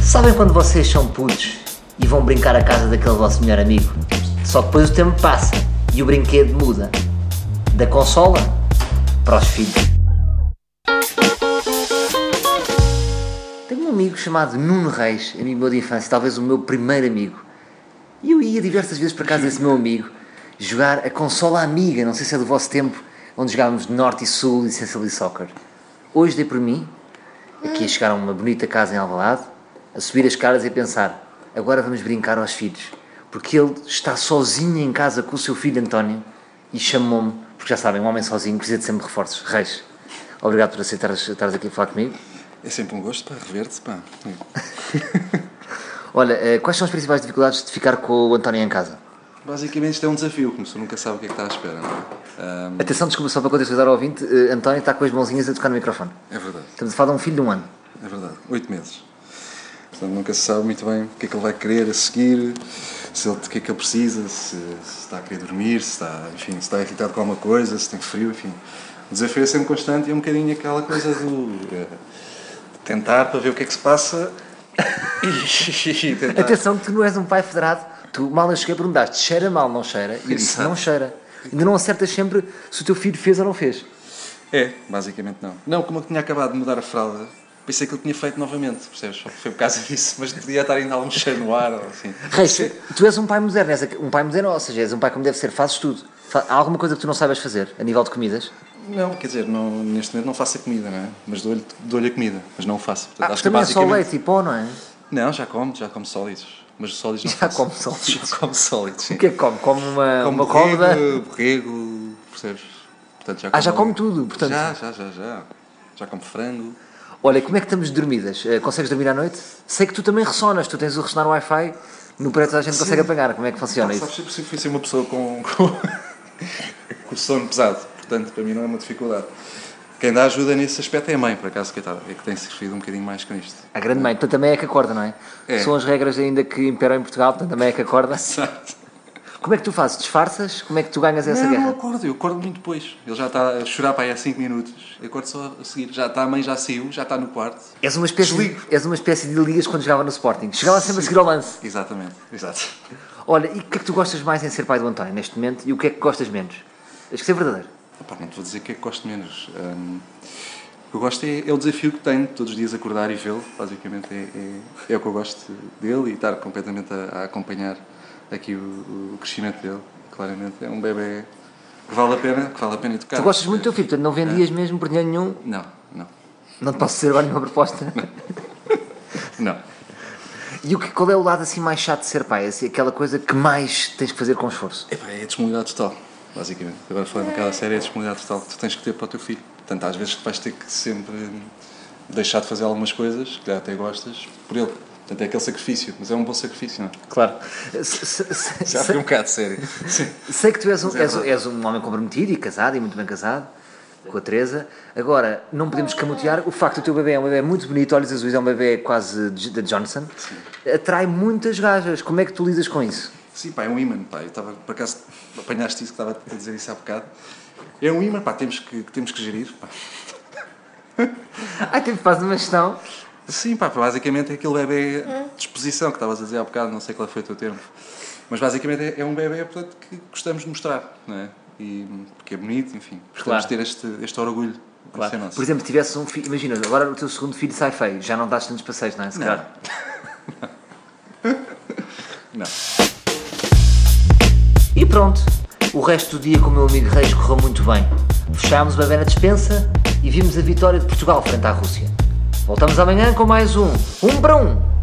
Sabem quando vocês são putos e vão brincar à casa daquele vosso melhor amigo? Só que depois o tempo passa e o brinquedo muda. Da consola para os filhos. Tenho um amigo chamado Nuno Reis, amigo meu de infância, talvez o meu primeiro amigo. E eu ia diversas vezes para casa desse meu amigo jogar a consola Amiga, não sei se é do vosso tempo, onde jogávamos Norte e Sul e Sensibility Soccer. Hoje dei por mim, aqui a chegar a uma bonita casa em Alvalade, a subir as escadas e a pensar, agora vamos brincar aos filhos, porque ele está sozinho em casa com o seu filho António e chamou-me, porque já sabem, um homem sozinho precisa de sempre reforços. Reis, obrigado por estares aqui a falar comigo. É sempre um gosto, pá, rever-te, pá. Olha, quais são as principais dificuldades de ficar com o António em casa? Basicamente isto é um desafio, como se nunca sabe o que é que está à espera, não é? Atenção, desculpa, só para contextualizar ao ouvinte, António está com as mãozinhas a tocar no microfone. É verdade. Estamos a falar de um filho de 1 ano. É verdade, 8 meses. Portanto, nunca se sabe muito bem o que é que ele vai querer a seguir, o que é que ele precisa, se está a querer dormir, se está irritado com alguma coisa, se tem frio, enfim. O desafio é sempre constante e é um bocadinho aquela coisa de tentar para ver o que é que se passa e tentar. Atenção que tu não és um pai federado, tu mal eu cheguei perguntaste, cheira mal, não cheira? E eu disse, não cheira. Ainda não acertas sempre se o teu filho fez ou não fez. É, basicamente não. Não, como eu tinha acabado de mudar a fralda, pensei que ele tinha feito novamente, percebes? Foi por causa disso, mas podia estar ainda algum cheiro no ar ou assim. Reis, tu és um pai moderno, ou seja, és um pai como deve ser, fazes tudo. Há alguma coisa que tu não saibas fazer, a nível de comidas? Não, quer dizer, neste momento não faço a comida, não é? Mas dou-lhe a comida, mas não o faço. Portanto, acho também que é só leite e pó, não é? Não, já como sólidos. Mas sólidos não já faço. Come sólidos? Já como sólidos, sim. O que é que come? Come uma borrego, cómoda? Borrego, percebes? Portanto, já come tudo, portanto. Já como frango. Olha, como é que estamos dormidas? Consegues dormir à noite? Sei que tu também ressonas, tu tens o ressonar no Wi-Fi, no prédio a gente consegue apagar, como é que funciona isso? Sabes, sempre fui ser uma pessoa com sono pesado, portanto, para mim não é uma dificuldade. Quem dá ajuda nesse aspecto é a mãe, por acaso, coitada, é que tem sofrido um bocadinho mais com isto. A grande mãe, portanto também é que acorda, não é? São as regras ainda que imperam em Portugal, portanto também é que acorda. Exato. Como é que tu fazes? Disfarças? Como é que tu ganhas essa guerra? Não, eu acordo muito depois. Ele já está a chorar para aí há 5 minutos. Eu acordo só a seguir. A mãe já saiu, já está no quarto. És uma espécie de Elias quando jogava no Sporting. Chegava sempre a seguir ao lance. Exatamente, exato. Olha, e o que é que tu gostas mais em ser pai do António neste momento e o que é que gostas menos? Tens que ser verdadeiro. Não te vou dizer o que é que gosto menos. O que eu gosto é o desafio que tenho, todos os dias acordar e vê-lo. Basicamente é o que eu gosto dele e estar completamente a acompanhar aqui o crescimento dele. Claramente é um bebê que vale a pena educar. Tu gostas muito do teu filho, portanto não vendias mesmo por dinheiro nenhum? Não. Não te posso dizer agora nenhuma proposta? Não. E qual é o lado assim mais chato de ser pai? Assim, aquela coisa que mais tens que fazer com esforço? É a disponibilidade total, basicamente. Agora falando naquela série, é a disponibilidade total que tu tens que ter para o teu filho. Portanto, às vezes vais ter que sempre deixar de fazer algumas coisas que até gostas por ele. Portanto, é aquele sacrifício, mas é um bom sacrifício, não é? Claro. Já foi um bocado sério. Sei que tu és um homem comprometido e casado, e muito bem casado, com a Teresa. Agora, não podemos camutear o facto do teu bebê é um bebê muito bonito, olhos azuis, é um bebê quase da Johnson. Sim. Atrai muitas gajas. Como é que tu lidas com isso? Sim, pá, é um imã, pá. Eu estava, por acaso, apanhaste isso que estava a dizer isso há bocado. É um imã, pá, temos que gerir, pá. Tipo, faz uma gestão. Sim, pá, basicamente é aquele bebê de disposição que estavas a dizer há bocado, não sei qual foi o teu termo. Mas basicamente é um bebê, portanto, que gostamos de mostrar, não é? Porque é bonito, enfim, gostamos de ter este orgulho. Claro. Por exemplo, se tivesse um filho, imagina, agora o teu segundo filho sai feio, já não dás tantos passeios, não é? Se calhar. Não. E pronto, o resto do dia com o meu amigo Reis correu muito bem. Fechámos o bebê na despensa e vimos a vitória de Portugal frente à Rússia. Voltamos amanhã com mais um para um.